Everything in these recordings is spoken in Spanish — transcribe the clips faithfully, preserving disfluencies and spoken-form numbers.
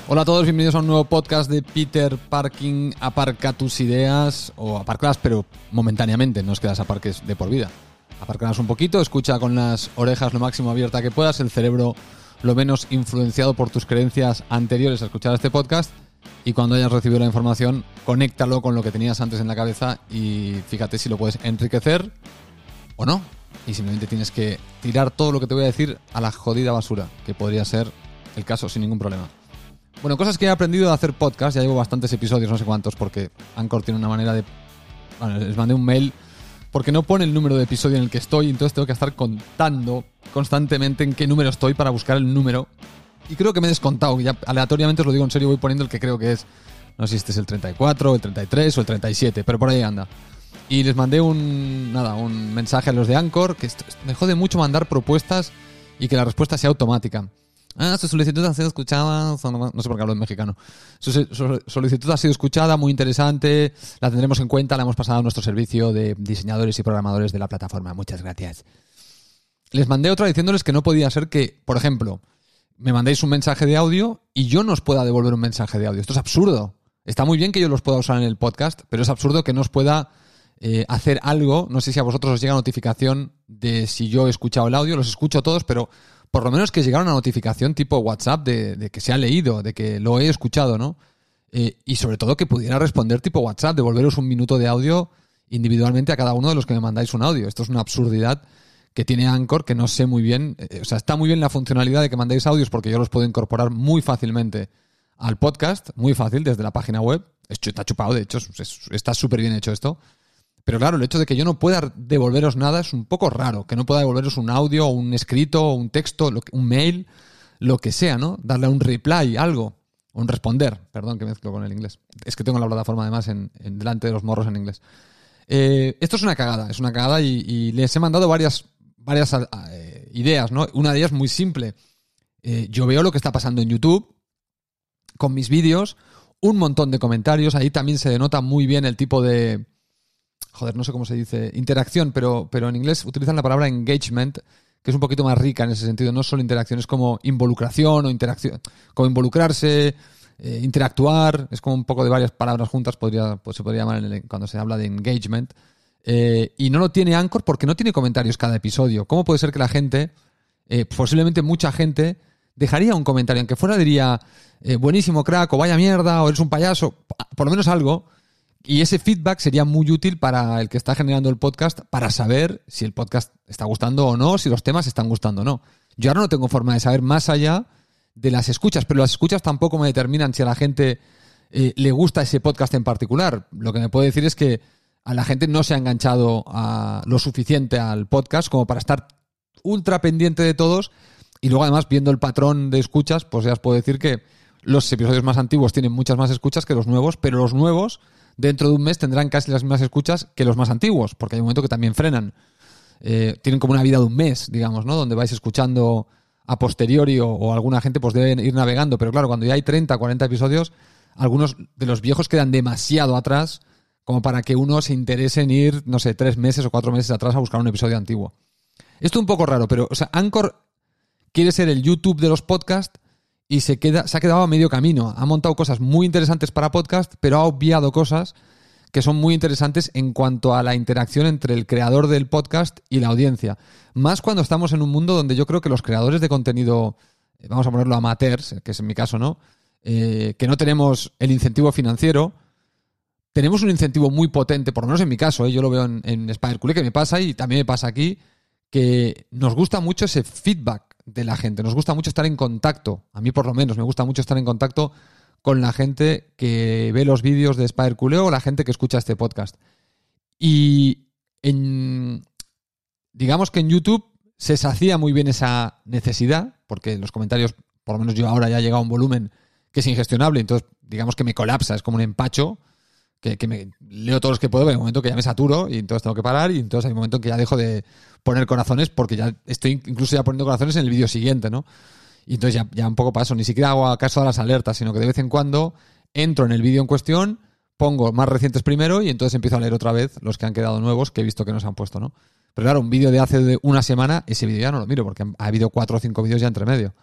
Hola a todos, bienvenidos a un nuevo podcast de Peter Parking. Aparca tus ideas, o aparclas, pero momentáneamente, no es que las aparques de por vida. Aparclas un poquito, escucha con las orejas lo máximo abierta que puedas, el cerebro lo menos influenciado por tus creencias anteriores a escuchar este podcast, y cuando hayas recibido la información, conéctalo con lo que tenías antes en la cabeza y fíjate si lo puedes enriquecer o no. Y simplemente tienes que tirar todo lo que te voy a decir a la jodida basura, que podría ser el caso sin ningún problema. Bueno, cosas que he aprendido de hacer podcast. Ya llevo bastantes episodios, no sé cuántos, porque Anchor tiene una manera de... Bueno, les mandé un mail porque no pone el número de episodio en el que estoy, entonces tengo que estar contando constantemente en qué número estoy para buscar el número. Y creo que me he descontado, ya aleatoriamente os lo digo en serio, voy poniendo el que creo que es. No sé si este es el treinta y cuatro, el treinta y tres o el treinta y siete, pero por ahí anda. Y les mandé un nada un mensaje a los de Anchor, que esto, me jode mucho mandar propuestas y que la respuesta sea automática. Ah, su solicitud ha sido escuchada, no sé por qué hablo en mexicano. Su, su solicitud ha sido escuchada, muy interesante, la tendremos en cuenta, la hemos pasado a nuestro servicio de diseñadores y programadores de la plataforma. Muchas gracias. Les mandé otra diciéndoles que no podía ser que, por ejemplo, me mandéis un mensaje de audio y yo no os pueda devolver un mensaje de audio. Esto es absurdo. Está muy bien que yo los pueda usar en el podcast, pero es absurdo que no os pueda eh, hacer algo. No sé si a vosotros os llega notificación de si yo he escuchado el audio. Los escucho todos, pero por lo menos que llegara una notificación tipo WhatsApp de, de que se ha leído, de que lo he escuchado, ¿no? Eh, y sobre todo que pudiera responder tipo WhatsApp, devolveros un minuto de audio individualmente a cada uno de los que me mandáis un audio. Esto es una absurdidad que tiene Anchor, que no sé muy bien. Eh, o sea, está muy bien la funcionalidad de que mandéis audios porque yo los puedo incorporar muy fácilmente al podcast, muy fácil, desde la página web. Está chupado, de hecho, es, está súper bien hecho esto. Pero claro, el hecho de que yo no pueda devolveros nada es un poco raro. Que no pueda devolveros un audio, o un escrito, o un texto, un mail, lo que sea, ¿no? Darle un reply, algo. Un responder. Perdón que mezclo con el inglés. Es que tengo la plataforma además en, en delante de los morros en inglés. Eh, esto es una cagada, es una cagada y, y les he mandado varias, varias eh, ideas, ¿no? Una de ellas muy simple. Eh, yo veo lo que está pasando en YouTube con mis vídeos, un montón de comentarios. Ahí también se denota muy bien el tipo de... Joder, no sé cómo se dice, interacción, pero, pero en inglés utilizan la palabra engagement, que es un poquito más rica en ese sentido. No solo interacción, es como involucración o interacción, como involucrarse, eh, interactuar, es como un poco de varias palabras juntas, podría, pues se podría llamar en el, cuando se habla de engagement. Eh, y no lo tiene Anchor porque no tiene comentarios cada episodio. ¿Cómo puede ser que la gente, eh, posiblemente mucha gente, dejaría un comentario, aunque fuera diría, eh, buenísimo crack, o vaya mierda, o eres un payaso, por lo menos algo? Y ese feedback sería muy útil para el que está generando el podcast para saber si el podcast está gustando o no, si los temas están gustando o no. Yo ahora no tengo forma de saber más allá de las escuchas, pero las escuchas tampoco me determinan si a la gente eh, le gusta ese podcast en particular. Lo que me puede decir es que a la gente no se ha enganchado a lo suficiente al podcast como para estar ultra pendiente de todos, y luego además viendo el patrón de escuchas, pues ya os puedo decir que los episodios más antiguos tienen muchas más escuchas que los nuevos, pero los nuevos dentro de un mes tendrán casi las mismas escuchas que los más antiguos, porque hay un momento que también frenan. Eh, tienen como una vida de un mes, digamos, ¿no? Donde vais escuchando a posteriori o, o alguna gente pues debe ir navegando. Pero claro, cuando ya hay treinta, cuarenta episodios, algunos de los viejos quedan demasiado atrás como para que uno se interese en ir, no sé, tres meses o cuatro meses atrás a buscar un episodio antiguo. Esto es un poco raro, pero, o sea, Anchor quiere ser el YouTube de los podcasts y se queda, se ha quedado a medio camino. Ha montado cosas muy interesantes para podcast, pero ha obviado cosas que son muy interesantes en cuanto a la interacción entre el creador del podcast y la audiencia. Más cuando estamos en un mundo donde yo creo que los creadores de contenido, vamos a ponerlo amateurs, que es en mi caso, ¿no? Eh, que no tenemos el incentivo financiero, tenemos un incentivo muy potente, por lo menos en mi caso, ¿eh? Yo lo veo en, en Spiderculé, que me pasa y también me pasa aquí, que nos gusta mucho ese feedback de la gente, nos gusta mucho estar en contacto, a mí por lo menos me gusta mucho estar en contacto con la gente que ve los vídeos de Spiderculé o la gente que escucha este podcast. Y en, digamos que en YouTube se sacía muy bien esa necesidad, porque los comentarios, por lo menos yo ahora ya he llegado a un volumen que es ingestionable, entonces digamos que me colapsa, es como un empacho, que, que me leo todos los que puedo, pero hay un momento que ya me saturo y entonces tengo que parar, y entonces hay un momento en que ya dejo de poner corazones porque ya estoy incluso ya poniendo corazones en el vídeo siguiente, ¿no? Y entonces ya, ya un poco paso, ni siquiera hago caso a las alertas, sino que de vez en cuando entro en el vídeo en cuestión, pongo más recientes primero y entonces empiezo a leer otra vez los que han quedado nuevos que he visto que no se han puesto, ¿no? Pero claro, un vídeo de hace de una semana, ese vídeo ya no lo miro porque ha habido cuatro o cinco vídeos ya entre medio.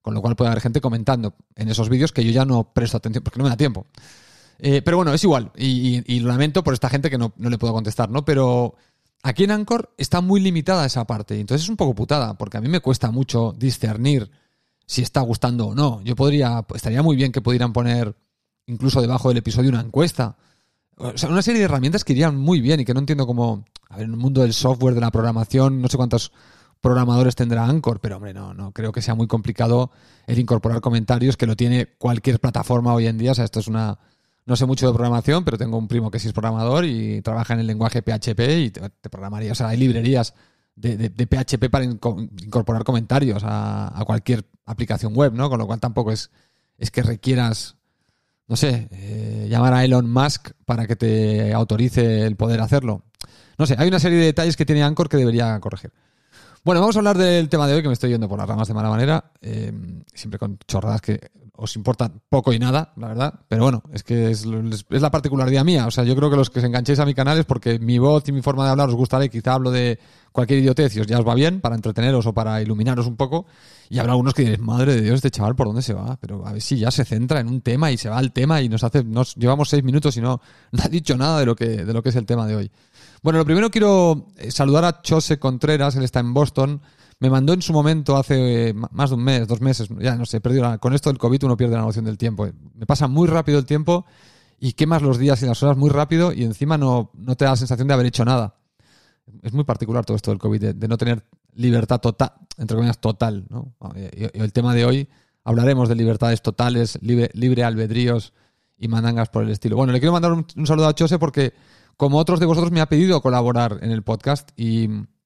Con lo cual puede haber gente comentando en esos vídeos que yo ya no presto atención porque no me da tiempo. Eh, pero bueno, es igual. Y, y, y lo lamento por esta gente que no, no le puedo contestar, ¿no? Pero aquí en Anchor está muy limitada esa parte. Entonces es un poco putada porque a mí me cuesta mucho discernir si está gustando o no. Yo podría, estaría muy bien que pudieran poner incluso debajo del episodio una encuesta. O sea, una serie de herramientas que irían muy bien y que no entiendo cómo... A ver, en el mundo del software, de la programación, no sé cuántos programadores tendrá Anchor, pero hombre, no, no creo que sea muy complicado el incorporar comentarios, que lo tiene cualquier plataforma hoy en día. O sea, esto es una... No sé mucho de programación, pero tengo un primo que sí es programador y trabaja en el lenguaje P H P y te, te programaría. O sea, hay librerías de, de, de P H P para inco- incorporar comentarios a, a cualquier aplicación web, ¿no? Con lo cual tampoco es, es que requieras, no sé, eh, llamar a Elon Musk para que te autorice el poder hacerlo. No sé, hay una serie de detalles que tiene Anchor que debería corregir. Bueno, vamos a hablar del tema de hoy, que me estoy yendo por las ramas de mala manera, eh, siempre con chorradas que os importan poco y nada, la verdad, pero bueno, es que es, es la particularidad mía. O sea, yo creo que los que os enganchéis a mi canal es porque mi voz y mi forma de hablar os gustará y quizá hablo de cualquier idiotez y os ya os va bien para entreteneros o para iluminaros un poco, y habrá algunos que diréis, madre de Dios, este chaval, ¿por dónde se va? Pero a ver si ya se centra en un tema y se va al tema y nos hace, nos llevamos seis minutos y no, no ha dicho nada de lo que, de lo que es el tema de hoy. Bueno, lo primero quiero saludar a Chose Contreras, él está en Boston. Me mandó en su momento hace más de un mes, dos meses, ya no sé, he perdido la, con esto del COVID uno pierde la noción del tiempo. Me pasa muy rápido el tiempo y quemas los días y las horas muy rápido y encima no, no te da la sensación de haber hecho nada. Es muy particular todo esto del COVID, de, de no tener libertad total, entre comillas, total, ¿no? Y, y el tema de hoy, hablaremos de libertades totales, libre, libre albedríos y mandangas por el estilo. Bueno, le quiero mandar un, un saludo a Chose porque, como otros de vosotros, me ha pedido colaborar en el podcast y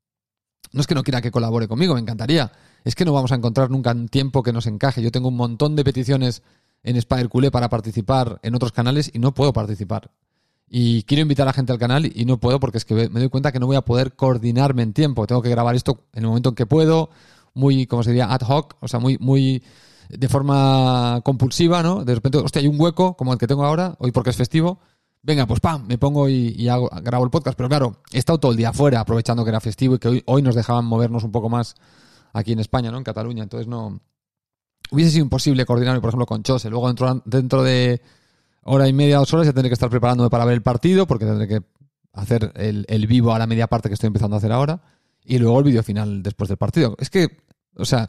no es que no quiera que colabore conmigo, me encantaría. Es que no vamos a encontrar nunca un tiempo que nos encaje. Yo tengo un montón de peticiones en Spider Culé para participar en otros canales y no puedo participar. Y quiero invitar a gente al canal y no puedo porque es que me doy cuenta que no voy a poder coordinarme en tiempo. Tengo que grabar esto en el momento en que puedo, muy, como se diría, ad hoc, o sea, muy, muy de forma compulsiva, ¿no? De repente, hostia, hay un hueco como el que tengo ahora, hoy porque es festivo. Venga, pues pam, me pongo y, y hago, grabo el podcast. Pero claro, he estado todo el día afuera, aprovechando que era festivo y que hoy, hoy nos dejaban movernos un poco más aquí en España, ¿no? En Cataluña. Entonces no... Hubiese sido imposible coordinarme, por ejemplo, con Chose. Luego dentro, dentro de hora y media, dos horas, ya tendré que estar preparándome para ver el partido, porque tendré que hacer el, el vivo a la media parte que estoy empezando a hacer ahora. Y luego el vídeo final después del partido. Es que, o sea...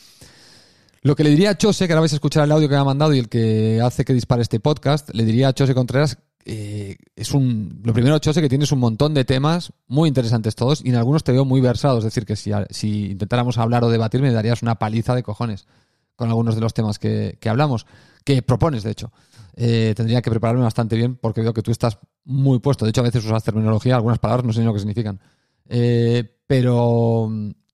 Lo que le diría a Chose, que ahora vais a escuchar el audio que me ha mandado y el que hace que dispare este podcast, le diría a Chose Contreras, eh, es un, lo primero, Chose, que tienes un montón de temas muy interesantes todos y en algunos te veo muy versado. Es decir, que si, si intentáramos hablar o debatir me darías una paliza de cojones con algunos de los temas que, que hablamos, que propones, de hecho. Eh, tendría que prepararme bastante bien porque veo que tú estás muy puesto. De hecho, a veces usas terminología, algunas palabras no sé ni lo que significan. Eh, pero,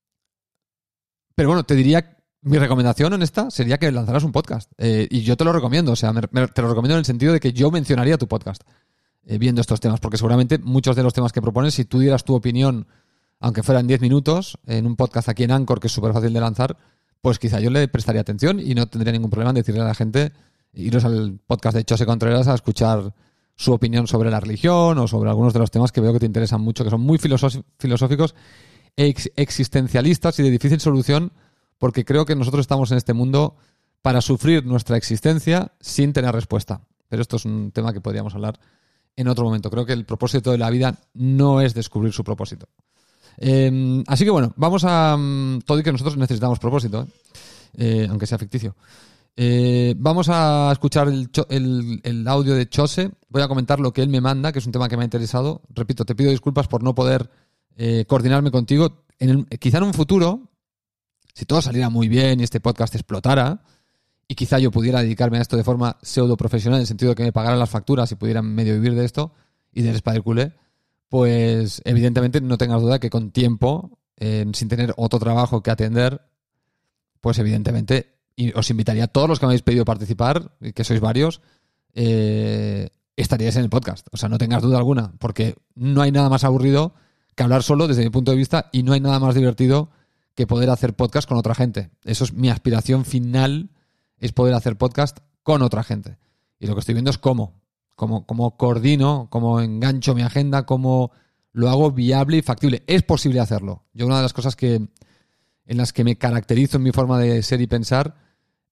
pero bueno, te diría... Mi recomendación honesta sería que lanzaras un podcast. Eh, y yo te lo recomiendo. O sea, me, me, te lo recomiendo en el sentido de que yo mencionaría tu podcast eh, viendo estos temas. Porque seguramente muchos de los temas que propones, si tú dieras tu opinión, aunque fueran diez minutos, en un podcast aquí en Anchor, que es súper fácil de lanzar, pues quizá yo le prestaría atención y no tendría ningún problema en decirle a la gente, iros al podcast de Chose Contreras a escuchar su opinión sobre la religión o sobre algunos de los temas que veo que te interesan mucho, que son muy filosóficos, ex existencialistas y de difícil solución, porque creo que nosotros estamos en este mundo para sufrir nuestra existencia sin tener respuesta. Pero esto es un tema que podríamos hablar en otro momento. Creo que el propósito de la vida no es descubrir su propósito. Eh, así que bueno, vamos a... Todo y que nosotros necesitamos propósito, ¿eh? Eh, aunque sea ficticio. Eh, vamos a escuchar el, el, el audio de Chose. Voy a comentar lo que él me manda, que es un tema que me ha interesado. Repito, te pido disculpas por no poder eh, coordinarme contigo. En el, quizá en un futuro... Si todo saliera muy bien y este podcast explotara y quizá yo pudiera dedicarme a esto de forma pseudo profesional, en el sentido de que me pagaran las facturas y pudiera medio vivir de esto y del Spider Culé, pues evidentemente no tengas duda que con tiempo, eh, sin tener otro trabajo que atender, pues evidentemente y os invitaría a todos los que me habéis pedido participar, y que sois varios, eh, estaríais en el podcast. O sea, no tengas duda alguna, porque no hay nada más aburrido que hablar solo desde mi punto de vista y no hay nada más divertido que poder hacer podcast con otra gente. Eso es mi aspiración final, es poder hacer podcast con otra gente. Y lo que estoy viendo es cómo, cómo, cómo coordino, cómo engancho mi agenda, cómo lo hago viable y factible. Es posible hacerlo. Yo una de las cosas que en las que me caracterizo en mi forma de ser y pensar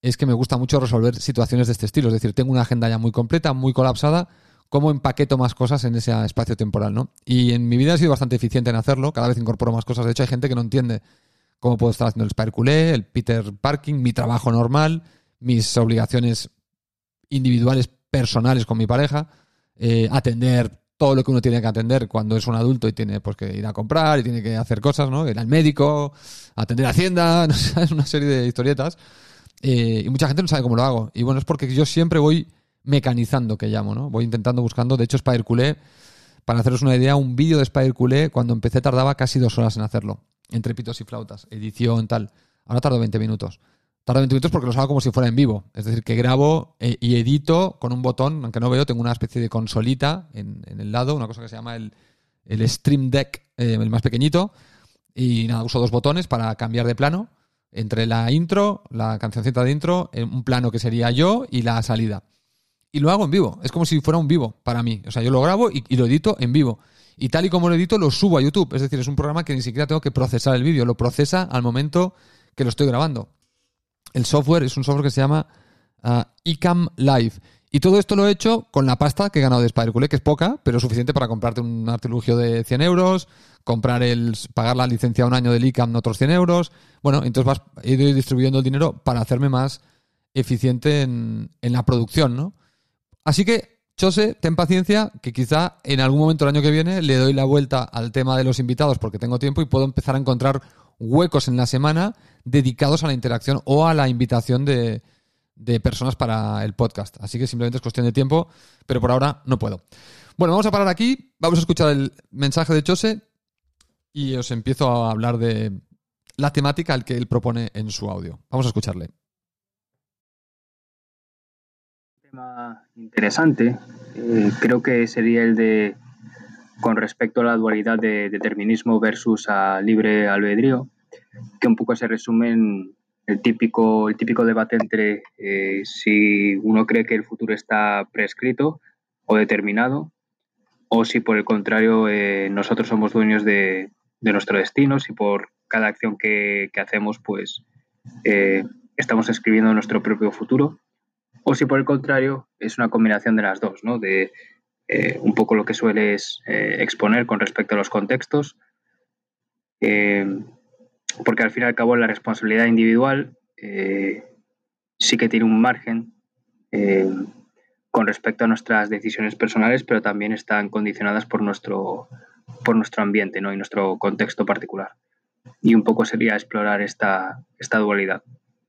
es que me gusta mucho resolver situaciones de este estilo. Es decir, tengo una agenda ya muy completa, muy colapsada. ¿Cómo empaqueto más cosas en ese espacio temporal, ¿no? Y en mi vida he sido bastante eficiente en hacerlo. Cada vez incorporo más cosas. De hecho, hay gente que no entiende cómo puedo estar haciendo el Spider Culé, el Peter Parking, mi trabajo normal, mis obligaciones individuales, personales con mi pareja, eh, atender todo lo que uno tiene que atender cuando es un adulto y tiene pues que ir a comprar y tiene que hacer cosas, ¿no? Ir al médico, atender Hacienda, no sé, es una serie de historietas. Eh, y mucha gente no sabe cómo lo hago. Y bueno, es porque yo siempre voy mecanizando, que llamo, ¿no? Voy intentando, buscando. De hecho, Spider Culé, para haceros una idea, un vídeo de Spider Culé, cuando empecé tardaba casi dos horas en hacerlo. Entre pitos y flautas, edición, tal. Ahora tardo veinte minutos. Tardo veinte minutos porque los hago como si fuera en vivo. Es decir, que grabo eh, y edito con un botón, aunque no veo, tengo una especie de consolita en, en el lado, una cosa que se llama el, el Stream Deck, eh, el más pequeñito. Y nada, uso dos botones para cambiar de plano entre la intro, la cancioncita de intro, un plano que sería yo y la salida. Y lo hago en vivo. Es como si fuera un vivo para mí. O sea, yo lo grabo y, y lo edito en vivo. Y tal y como lo edito, lo subo a YouTube. Es decir, es un programa que ni siquiera tengo que procesar el vídeo. Lo procesa al momento que lo estoy grabando. El software es un software que se llama uh, Ecamm Live. Y todo esto lo he hecho con la pasta que he ganado de Spider Culé, que es poca, pero suficiente para comprarte un artilugio de cien euros, comprar el, pagar la licencia un año del Ecamm otros cien euros. Bueno, entonces vas he ido distribuyendo el dinero para hacerme más eficiente en, en la producción, ¿no? Así que, Chose, ten paciencia, que quizá en algún momento el año que viene le doy la vuelta al tema de los invitados porque tengo tiempo y puedo empezar a encontrar huecos en la semana dedicados a la interacción o a la invitación de, de personas para el podcast. Así que simplemente es cuestión de tiempo, pero por ahora no puedo. Bueno, vamos a parar aquí, vamos a escuchar el mensaje de Chose y os empiezo a hablar de la temática al que él propone en su audio. Vamos a escucharle. Tema interesante, eh, creo que sería el de con respecto a la dualidad de determinismo versus a libre albedrío, que un poco se resume en el típico, el típico debate entre eh, si uno cree que el futuro está prescrito o determinado, o si por el contrario eh, nosotros somos dueños de, de nuestro destino, si por cada acción que, que hacemos pues eh, estamos escribiendo nuestro propio futuro. O si por el contrario es una combinación de las dos, ¿no? De eh, un poco lo que sueles eh, exponer con respecto a los contextos, eh, porque al fin y al cabo la responsabilidad individual eh, sí que tiene un margen eh, con respecto a nuestras decisiones personales, pero también están condicionadas por nuestro, por nuestro ambiente, ¿no? Y nuestro contexto particular. Y un poco sería explorar esta, esta dualidad.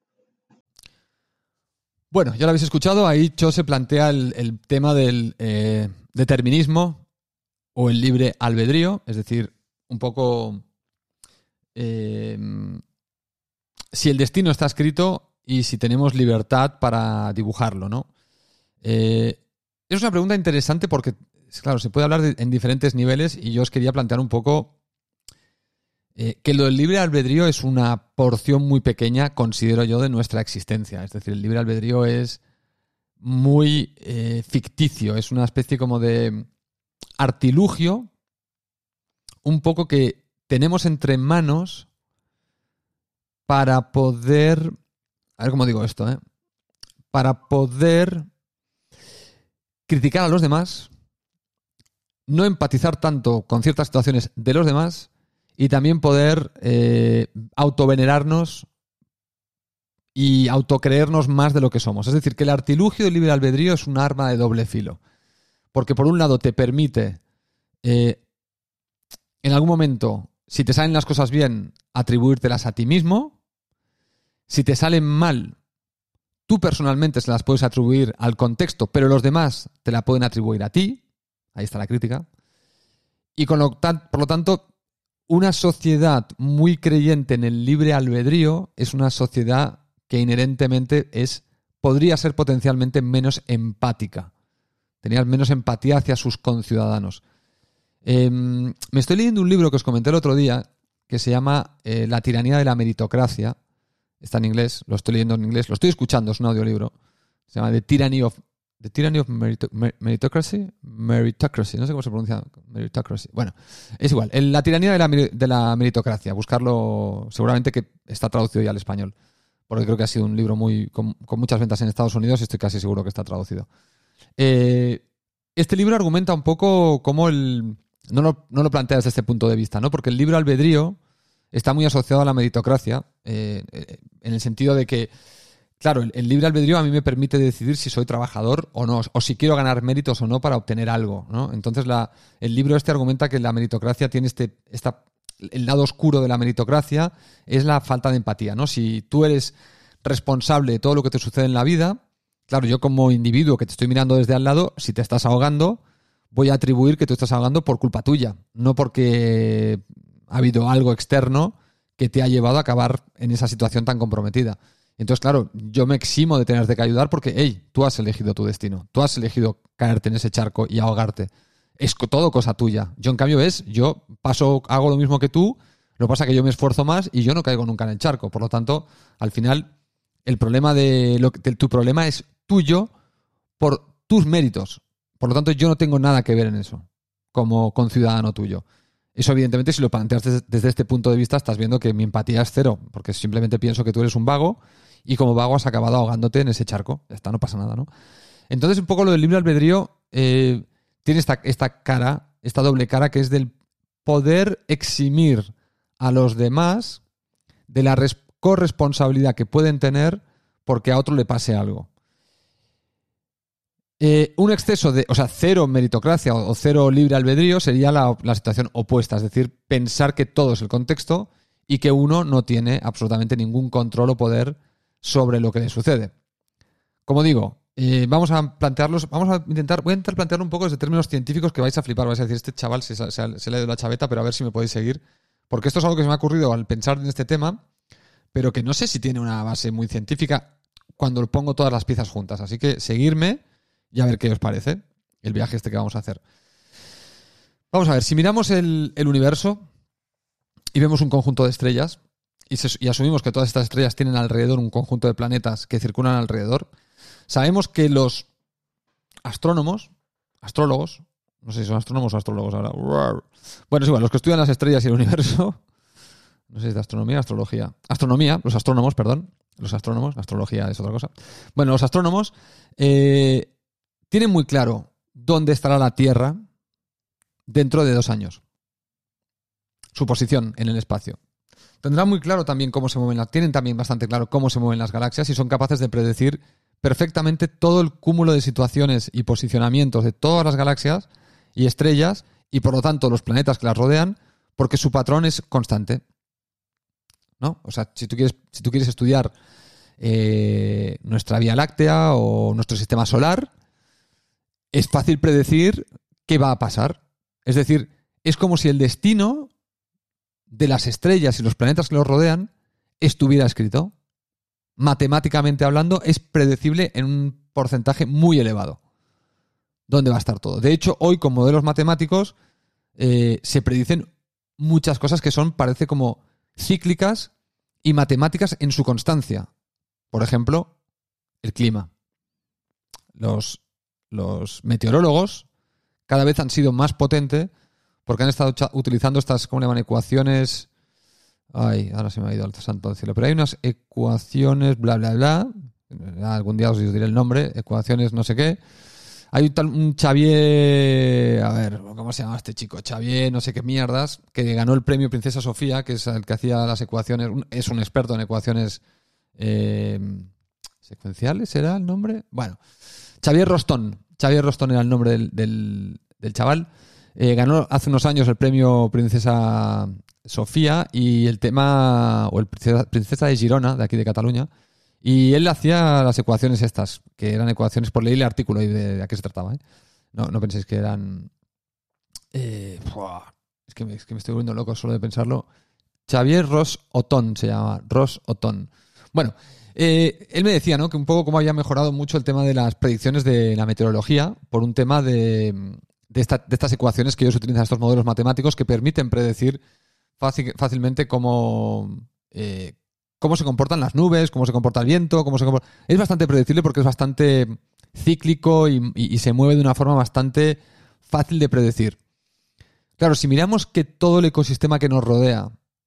Bueno, ya lo habéis escuchado, ahí Chose plantea el, el tema del eh, determinismo o el libre albedrío, es decir, un poco eh, si el destino está escrito y si tenemos libertad para dibujarlo, ¿no? Eh, es una pregunta interesante porque, claro, se puede hablar de, en diferentes niveles y yo os quería plantear un poco Eh, que lo del libre albedrío es una porción muy pequeña, considero yo, de nuestra existencia. Es decir, el libre albedrío es muy eh, ficticio, es una especie como de artilugio un poco que tenemos entre manos para poder... A ver cómo digo esto, ¿eh? Para poder criticar a los demás, no empatizar tanto con ciertas situaciones de los demás y también poder eh, autovenerarnos y autocreernos más de lo que somos. Es decir, que el artilugio del libre albedrío es un arma de doble filo. Porque por un lado te permite, eh, en algún momento, si te salen las cosas bien, atribuírtelas a ti mismo. Si te salen mal, tú personalmente se las puedes atribuir al contexto, pero los demás te la pueden atribuir a ti. Ahí está la crítica. Y con lo tan, por lo tanto, una sociedad muy creyente en el libre albedrío es una sociedad que inherentemente es, podría ser potencialmente menos empática. Tenía menos empatía hacia sus conciudadanos. Eh, me estoy leyendo un libro que os comenté el otro día que se llama eh, La tiranía de la meritocracia. Está en inglés, lo estoy leyendo en inglés, lo estoy escuchando, es un audiolibro. Se llama The Tyranny of The Tyranny of Merito- Meritocracy, Meritocracy, no sé cómo se pronuncia, Meritocracy. Bueno, es igual. El, la tiranía de la, de la meritocracia, buscarlo, seguramente que está traducido ya al español, porque creo que ha sido un libro muy con, con muchas ventas en Estados Unidos y estoy casi seguro que está traducido. Eh, este libro argumenta un poco cómo el... No lo, no lo plantea desde este punto de vista, ¿no? Porque el libre albedrío está muy asociado a la meritocracia, eh, eh, en el sentido de que, claro, el, el libre albedrío a mí me permite decidir si soy trabajador o no, o si quiero ganar méritos o no para obtener algo, ¿no? Entonces la, el libro este argumenta que la meritocracia tiene este... Esta, el lado oscuro de la meritocracia es la falta de empatía, ¿no? Si tú eres responsable de todo lo que te sucede en la vida, claro, yo como individuo que te estoy mirando desde al lado, si te estás ahogando, voy a atribuir que tú estás ahogando por culpa tuya, no porque ha habido algo externo que te ha llevado a acabar en esa situación tan comprometida. Entonces, claro, yo me eximo de tenerte que ayudar porque, hey, tú has elegido tu destino, tú has elegido caerte en ese charco y ahogarte. Es todo cosa tuya. Yo, en cambio, ves, yo paso, hago lo mismo que tú, lo que pasa es que yo me esfuerzo más y yo no caigo nunca en el charco. Por lo tanto, al final, el problema de, lo, de tu problema es tuyo por tus méritos. Por lo tanto, yo no tengo nada que ver en eso, como conciudadano tuyo. Eso, evidentemente, si lo planteas desde, desde este punto de vista, estás viendo que mi empatía es cero, porque simplemente pienso que tú eres un vago y como vago has acabado ahogándote en ese charco. Ya está, no pasa nada, ¿no? Entonces, un poco lo del libre albedrío eh, tiene esta, esta cara, esta doble cara, que es del poder eximir a los demás de la res- corresponsabilidad que pueden tener porque a otro le pase algo. Eh, un exceso de, o sea, cero meritocracia o, o cero libre albedrío sería la, la situación opuesta, es decir, pensar que todo es el contexto y que uno no tiene absolutamente ningún control o poder sobre lo que le sucede. Como digo, eh, vamos a plantearlos, vamos a intentar, voy a intentar plantearlo un poco desde términos científicos que vais a flipar, vais a decir, este chaval se, se, se le ha ido la chaveta, pero a ver si me podéis seguir, porque esto es algo que se me ha ocurrido al pensar en este tema, pero que no sé si tiene una base muy científica cuando pongo todas las piezas juntas, así que seguirme y a ver qué os parece el viaje este que vamos a hacer. Vamos a ver, si miramos el, el universo y vemos un conjunto de estrellas y, se, y asumimos que todas estas estrellas tienen alrededor un conjunto de planetas que circulan alrededor, sabemos que los astrónomos, astrólogos, no sé si son astrónomos o astrólogos ahora, bueno, es igual, los que estudian las estrellas y el universo, no sé si es de astronomía o astrología, astronomía, los astrónomos, perdón, los astrónomos, astrología es otra cosa. Bueno, los astrónomos eh, tienen muy claro dónde estará la Tierra dentro de dos años. Su posición en el espacio. Tendrán muy claro también cómo se mueven las... Tienen también bastante claro cómo se mueven las galaxias y son capaces de predecir perfectamente todo el cúmulo de situaciones y posicionamientos de todas las galaxias y estrellas y, por lo tanto, los planetas que las rodean, porque su patrón es constante, ¿no? O sea, si tú quieres, si tú quieres estudiar eh, nuestra Vía Láctea o nuestro sistema solar, es fácil predecir qué va a pasar. Es decir, es como si el destino de las estrellas y los planetas que los rodean estuviera escrito. Matemáticamente hablando, es predecible en un porcentaje muy elevado. ¿Dónde va a estar todo? De hecho, hoy con modelos matemáticos eh, se predicen muchas cosas que son, parece como cíclicas y matemáticas en su constancia. Por ejemplo, el clima. Los Los meteorólogos cada vez han sido más potentes porque han estado utilizando estas, ¿cómo le llaman? Ecuaciones. Ay, ahora se me ha ido al santo del cielo. Pero hay unas ecuaciones, bla, bla, bla. Algún día os diré el nombre. Ecuaciones no sé qué. Hay un, tal, un Xavier... A ver, ¿cómo se llama este chico? Xavier no sé qué mierdas, que ganó el premio Princesa Sofía, que es el que hacía las ecuaciones. Es un experto en ecuaciones eh, secuenciales, ¿será el nombre? Bueno... Xavier Rostón. Xavier Rostón era el nombre del, del, del chaval. Eh, ganó hace unos años el premio Princesa Sofía y el tema, o el Princesa, Princesa de Girona, de aquí de Cataluña. Y él hacía las ecuaciones estas, que eran ecuaciones por ley el artículo y de, de a qué se trataba. ¿eh? No, no penséis que eran... Eh, es, que me, es que me estoy volviendo loco solo de pensarlo. Xavier Ros Otón se llama. Ros Otón. Bueno... Eh, él me decía, ¿no?, que un poco cómo había mejorado mucho el tema de las predicciones de la meteorología por un tema de, de, esta, de estas ecuaciones que ellos utilizan, estos modelos matemáticos que permiten predecir fácil, fácilmente cómo, eh, cómo se comportan las nubes, cómo se comporta el viento, cómo se comporta... Es bastante predecible porque es bastante cíclico y, y, y se mueve de una forma bastante fácil de predecir. Claro, si miramos que todo el ecosistema que nos rodea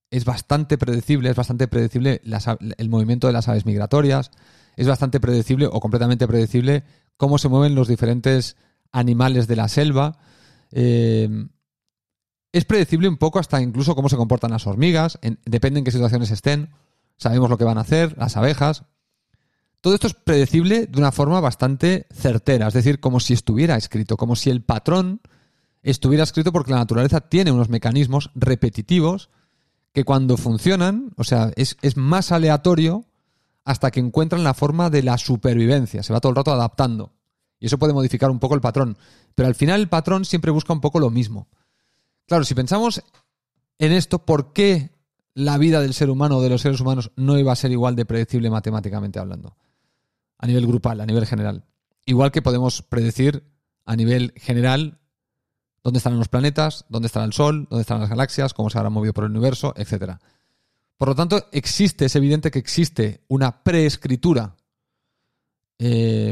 es bastante predecible, es bastante predecible las, el movimiento de las aves migratorias, es bastante predecible o completamente predecible cómo se mueven los diferentes animales de la selva. Eh, es predecible un poco hasta incluso cómo se comportan las hormigas, en, depende en qué situaciones estén, sabemos lo que van a hacer, las abejas. Todo esto es predecible de una forma bastante certera, es decir, como si estuviera escrito, como si el patrón estuviera escrito, porque la naturaleza tiene unos mecanismos repetitivos que cuando funcionan, o sea, es, es más aleatorio hasta que encuentran la forma de la supervivencia, se va todo el rato adaptando. Y eso puede modificar un poco el patrón. Pero al final el patrón siempre busca un poco lo mismo. Claro, si pensamos en esto, ¿por qué la vida del ser humano o de los seres humanos no iba a ser igual de predecible matemáticamente hablando? A nivel grupal, a nivel general. Igual que podemos predecir a nivel general dónde estarán los planetas, dónde estará el Sol, dónde estarán las galaxias, cómo se habrán movido por el universo, etcétera. Por lo tanto, existe, es evidente que existe una preescritura eh,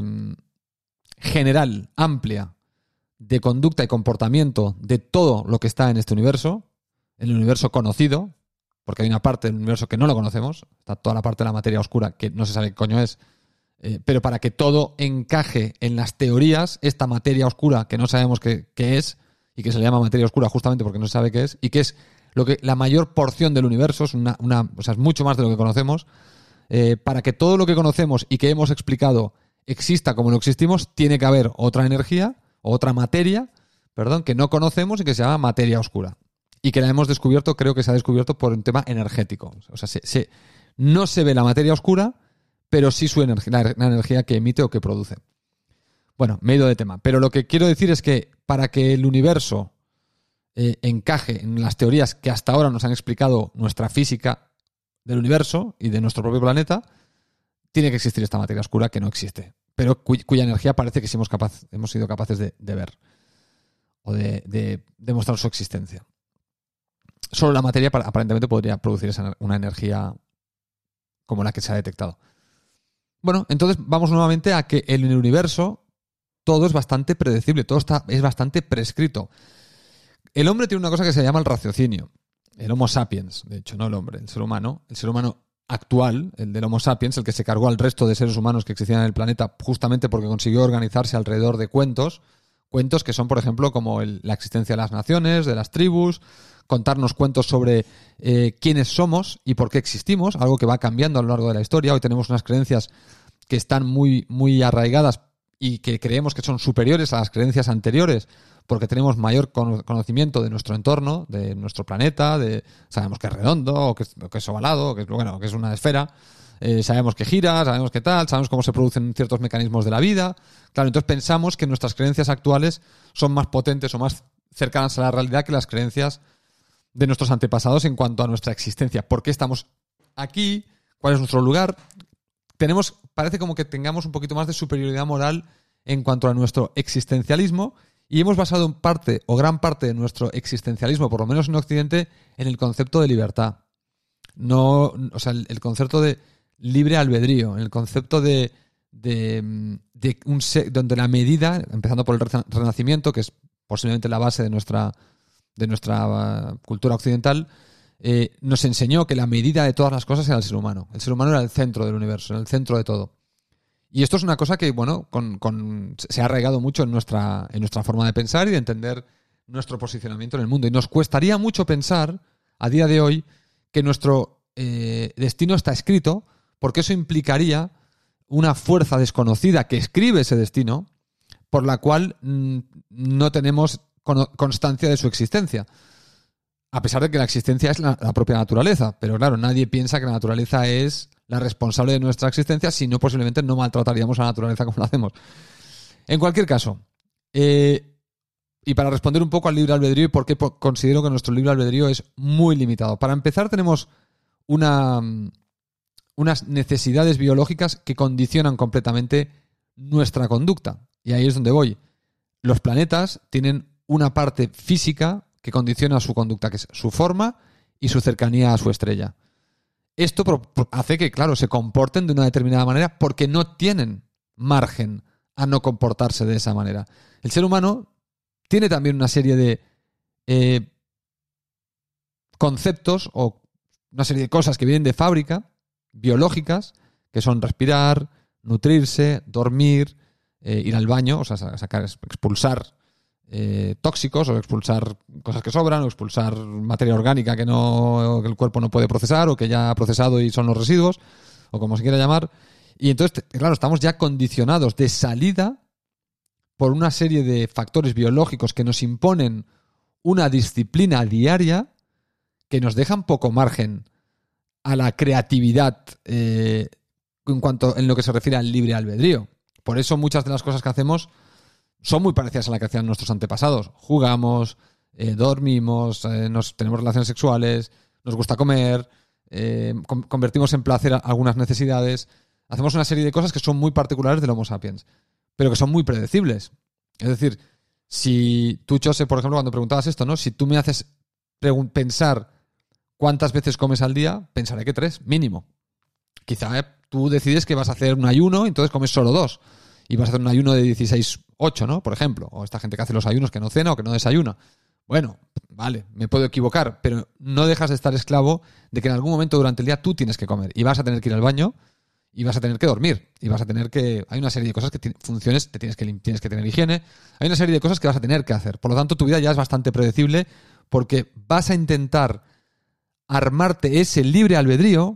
general, amplia, de conducta y comportamiento de todo lo que está en este universo, en el universo conocido, porque hay una parte del universo que no lo conocemos, está toda la parte de la materia oscura que no se sabe qué coño es, eh, pero para que todo encaje en las teorías, esta materia oscura que no sabemos qué, qué es, y que se le llama materia oscura justamente porque no se sabe qué es, y que es lo que la mayor porción del universo, es, una, una, o sea, es mucho más de lo que conocemos, eh, para que todo lo que conocemos y que hemos explicado exista como lo existimos, tiene que haber otra energía, otra materia, perdón, que no conocemos y que se llama materia oscura. Y que la hemos descubierto, creo que se ha descubierto por un tema energético. O sea, se, se, no se ve la materia oscura, pero sí su energía, la, la energía que emite o que produce. Bueno, me he ido de tema. Pero lo que quiero decir es que para que el universo eh, encaje en las teorías que hasta ahora nos han explicado nuestra física del universo y de nuestro propio planeta, tiene que existir esta materia oscura que no existe, pero cuy, cuya energía parece que sí hemos, capaz, hemos sido capaces de, de ver o de, de demostrar su existencia. Solo la materia aparentemente podría producir esa, una energía como la que se ha detectado. Bueno, entonces vamos nuevamente a que en el universo todo es bastante predecible, todo está, es bastante prescrito. El hombre tiene una cosa que se llama el raciocinio. El Homo sapiens, de hecho, no el hombre, el ser humano. El ser humano actual, el del Homo sapiens, el que se cargó al resto de seres humanos que existían en el planeta justamente porque consiguió organizarse alrededor de cuentos. Cuentos que son, por ejemplo, como el, la existencia de las naciones, de las tribus, contarnos cuentos sobre eh, quiénes somos y por qué existimos, algo que va cambiando a lo largo de la historia. Hoy tenemos unas creencias que están muy, muy arraigadas y que creemos que son superiores a las creencias anteriores porque tenemos mayor conocimiento de nuestro entorno, de nuestro planeta, de sabemos que es redondo, o que es, o que es ovalado, o que, bueno, que es una esfera, eh, sabemos que gira, sabemos qué tal, sabemos cómo se producen ciertos mecanismos de la vida. Claro, entonces pensamos que nuestras creencias actuales son más potentes o más cercanas a la realidad que las creencias de nuestros antepasados en cuanto a nuestra existencia. ¿Por qué estamos aquí? ¿Cuál es nuestro lugar? Tenemos, parece como que tengamos un poquito más de superioridad moral en cuanto a nuestro existencialismo. Y hemos basado en parte, o gran parte de nuestro existencialismo, por lo menos en Occidente, en el concepto de libertad. No, o sea, el, el concepto de libre albedrío, el concepto de, de, de un ser, donde la medida, empezando por el Renacimiento, que es posiblemente la base de nuestra, de nuestra uh, cultura occidental, eh, nos enseñó que la medida de todas las cosas era el ser humano. El ser humano era el centro del universo, era el centro de todo. Y esto es una cosa que, bueno, con, con, se ha arraigado mucho en nuestra, en nuestra forma de pensar y de entender nuestro posicionamiento en el mundo. Y nos costaría mucho pensar, a día de hoy, que nuestro eh, destino está escrito, porque eso implicaría una fuerza desconocida que escribe ese destino, por la cual mmm, no tenemos con, constancia de su existencia. A pesar de que la existencia es la, la propia naturaleza. Pero claro, nadie piensa que la naturaleza es la responsable de nuestra existencia, si no, posiblemente no maltrataríamos a la naturaleza como lo hacemos. En cualquier caso, eh, y para responder un poco al libre albedrío y por qué considero que nuestro libre albedrío es muy limitado. Para empezar, tenemos una, unas necesidades biológicas que condicionan completamente nuestra conducta. Y ahí es donde voy. Los planetas tienen una parte física que condiciona su conducta, que es su forma y su cercanía a su estrella. Esto hace que, claro, se comporten de una determinada manera porque no tienen margen a no comportarse de esa manera. El ser humano tiene también una serie de eh, conceptos o una serie de cosas que vienen de fábrica, biológicas, que son respirar, nutrirse, dormir, eh, ir al baño, o sea, sacar, expulsar eh, tóxicos o expulsar cosas que sobran o expulsar materia orgánica que, no, que el cuerpo no puede procesar o que ya ha procesado y son los residuos, o como se quiera llamar. Y entonces, claro, estamos ya condicionados de salida por una serie de factores biológicos que nos imponen una disciplina diaria que nos dejan poco margen a la creatividad eh, en cuanto en lo que se refiere al libre albedrío. Por eso muchas de las cosas que hacemos son muy parecidas a las que hacían nuestros antepasados. Jugamos, eh, dormimos, eh, nos, tenemos relaciones sexuales, nos gusta comer, eh, con, convertimos en placer algunas necesidades. Hacemos una serie de cosas que son muy particulares del Homo sapiens, pero que son muy predecibles. Es decir, si tú, Chose, por ejemplo, cuando preguntabas esto, ¿no? Si tú me haces pensar cuántas veces comes al día, pensaré que tres, mínimo. Quizá eh, tú decides que vas a hacer un ayuno y entonces comes solo dos. Y vas a hacer un ayuno de dieciséis ocho, ¿no? Por ejemplo. O esta gente que hace los ayunos que no cena o que no desayuna. Bueno, vale, me puedo equivocar, pero no dejas de estar esclavo de que en algún momento durante el día tú tienes que comer. Y vas a tener que ir al baño y vas a tener que dormir. Y vas a tener que... Hay una serie de cosas que t- funciones, te tienes que, tienes que tener higiene. Hay una serie de cosas que vas a tener que hacer. Por lo tanto, tu vida ya es bastante predecible porque vas a intentar armarte ese libre albedrío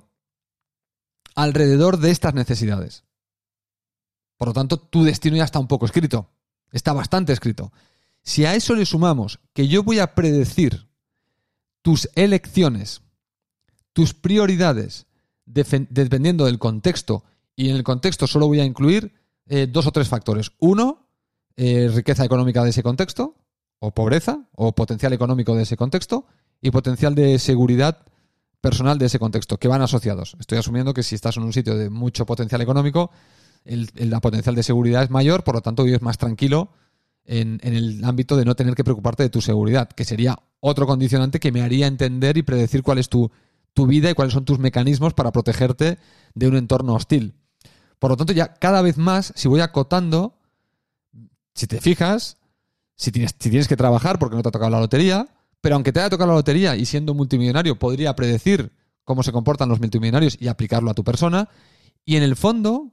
alrededor de estas necesidades. Por lo tanto, tu destino ya está un poco escrito. Está bastante escrito. Si a eso le sumamos que yo voy a predecir tus elecciones, tus prioridades, def- dependiendo del contexto, y en el contexto solo voy a incluir eh, dos o tres factores. Uno, eh, riqueza económica de ese contexto, o pobreza, o potencial económico de ese contexto, y potencial de seguridad personal de ese contexto, que van asociados. Estoy asumiendo que si estás en un sitio de mucho potencial económico, el, el la potencial de seguridad es mayor, por lo tanto vives más tranquilo en, en el ámbito de no tener que preocuparte de tu seguridad, que sería otro condicionante que me haría entender y predecir cuál es tu, tu vida y cuáles son tus mecanismos para protegerte de un entorno hostil. Por lo tanto, ya cada vez más, si voy acotando, si te fijas, si tienes, si tienes que trabajar porque no te ha tocado la lotería, pero aunque te haya tocado la lotería y siendo multimillonario podría predecir cómo se comportan los multimillonarios y aplicarlo a tu persona, y en el fondo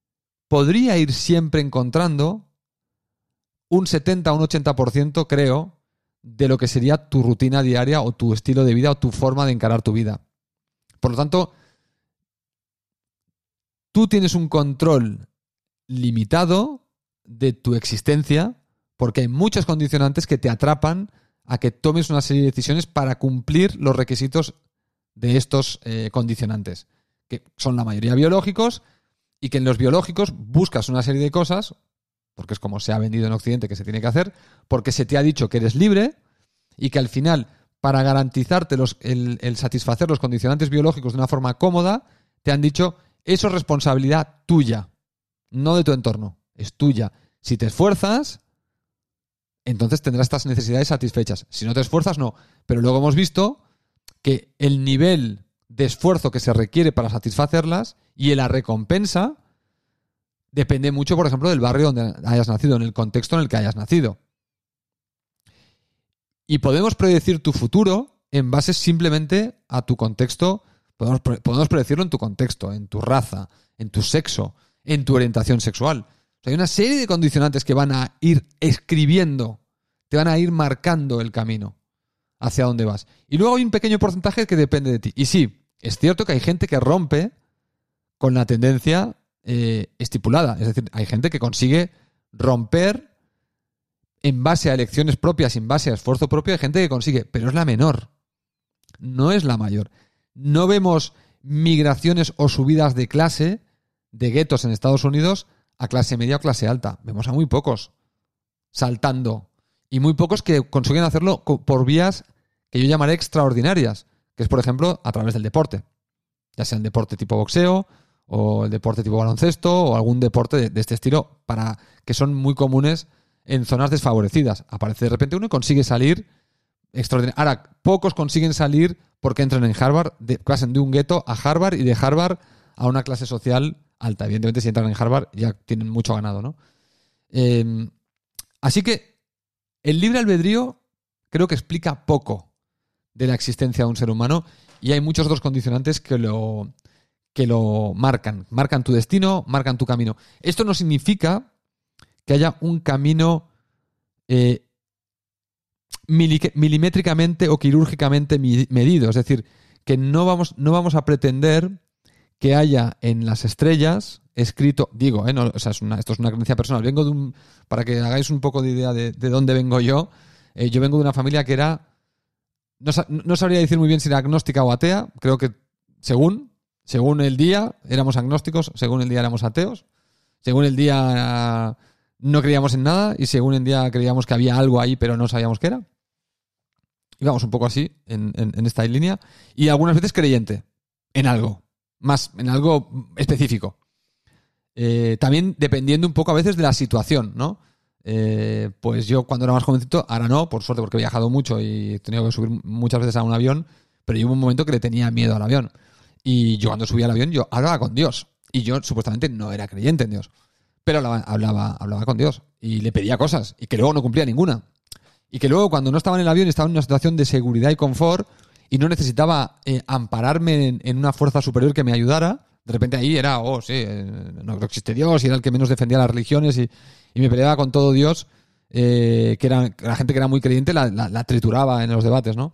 podría ir siempre encontrando un setenta o un ochenta por ciento, creo, de lo que sería tu rutina diaria o tu estilo de vida o tu forma de encarar tu vida. Por lo tanto, tú tienes un control limitado de tu existencia porque hay muchos condicionantes que te atrapan a que tomes una serie de decisiones para cumplir los requisitos de estos eh, condicionantes, que son la mayoría biológicos, y que en los biológicos buscas una serie de cosas, porque es como se ha vendido en Occidente que se tiene que hacer, porque se te ha dicho que eres libre, y que al final, para garantizarte los, el, el satisfacer los condicionantes biológicos de una forma cómoda, te han dicho, eso es responsabilidad tuya, no de tu entorno, es tuya. Si te esfuerzas, entonces tendrás estas necesidades satisfechas. Si no te esfuerzas, no. Pero luego hemos visto que el nivel de esfuerzo que se requiere para satisfacerlas y la recompensa depende mucho, por ejemplo, del barrio donde hayas nacido, en el contexto en el que hayas nacido. Y podemos predecir tu futuro en base simplemente a tu contexto. Podemos, podemos predecirlo en tu contexto, en tu raza, en tu sexo, en tu orientación sexual. O sea, hay una serie de condicionantes que van a ir escribiendo, te van a ir marcando el camino hacia dónde vas. Y luego hay un pequeño porcentaje que depende de ti. Y sí, es cierto que hay gente que rompe con la tendencia eh, estipulada. Es decir, hay gente que consigue romper en base a elecciones propias, en base a esfuerzo propio. Hay gente que consigue, pero es la menor. No es la mayor. No vemos migraciones o subidas de clase de guetos en Estados Unidos a clase media o clase alta. Vemos a muy pocos saltando. Y muy pocos que consiguen hacerlo por vías que yo llamaré extraordinarias, que es, por ejemplo, a través del deporte. Ya sea el deporte tipo boxeo, o el deporte tipo baloncesto, o algún deporte de, de este estilo, para que son muy comunes en zonas desfavorecidas. Aparece de repente uno y consigue salir extraordinario. Ahora, pocos consiguen salir porque entran en Harvard, de, pasan de un gueto a Harvard y de Harvard a una clase social alta. Evidentemente, si entran en Harvard ya tienen mucho ganado, ¿no? Eh, así que el libre albedrío creo que explica poco de la existencia de un ser humano y hay muchos otros condicionantes que lo, que lo marcan. Marcan tu destino, marcan tu camino. Esto no significa que haya un camino eh, mili- milimétricamente o quirúrgicamente mi- medido. Es decir, que no vamos, no vamos a pretender que haya en las estrellas escrito, digo, ¿eh? No, o sea, es una, esto es una creencia personal. Vengo de un, para que hagáis un poco de idea de, de dónde vengo yo, eh, yo vengo de una familia que era, no, no sabría decir muy bien si era agnóstica o atea, creo que según, según el día éramos agnósticos, según el día éramos ateos, según el día no creíamos en nada y según el día creíamos que había algo ahí pero no sabíamos qué era. Íbamos un poco así en, en, en esta línea y algunas veces creyente en algo, más en algo específico. Eh, también dependiendo un poco a veces de la situación, ¿no? Eh, pues yo cuando era más jovencito, ahora no, por suerte porque he viajado mucho y he tenido que subir muchas veces a un avión, pero yo hubo un momento que le tenía miedo al avión. Y yo cuando subía al avión yo hablaba con Dios. Y yo supuestamente no era creyente en Dios. Pero hablaba, hablaba, hablaba con Dios y le pedía cosas y que luego no cumplía ninguna. Y que luego cuando no estaba en el avión estaba en una situación de seguridad y confort y no necesitaba eh, ampararme en, en una fuerza superior que me ayudara. De repente ahí era, oh, sí, eh, no existe Dios y era el que menos defendía las religiones y, y me peleaba con todo Dios, eh, que era la gente que era muy creyente la, la, la trituraba en los debates, ¿no?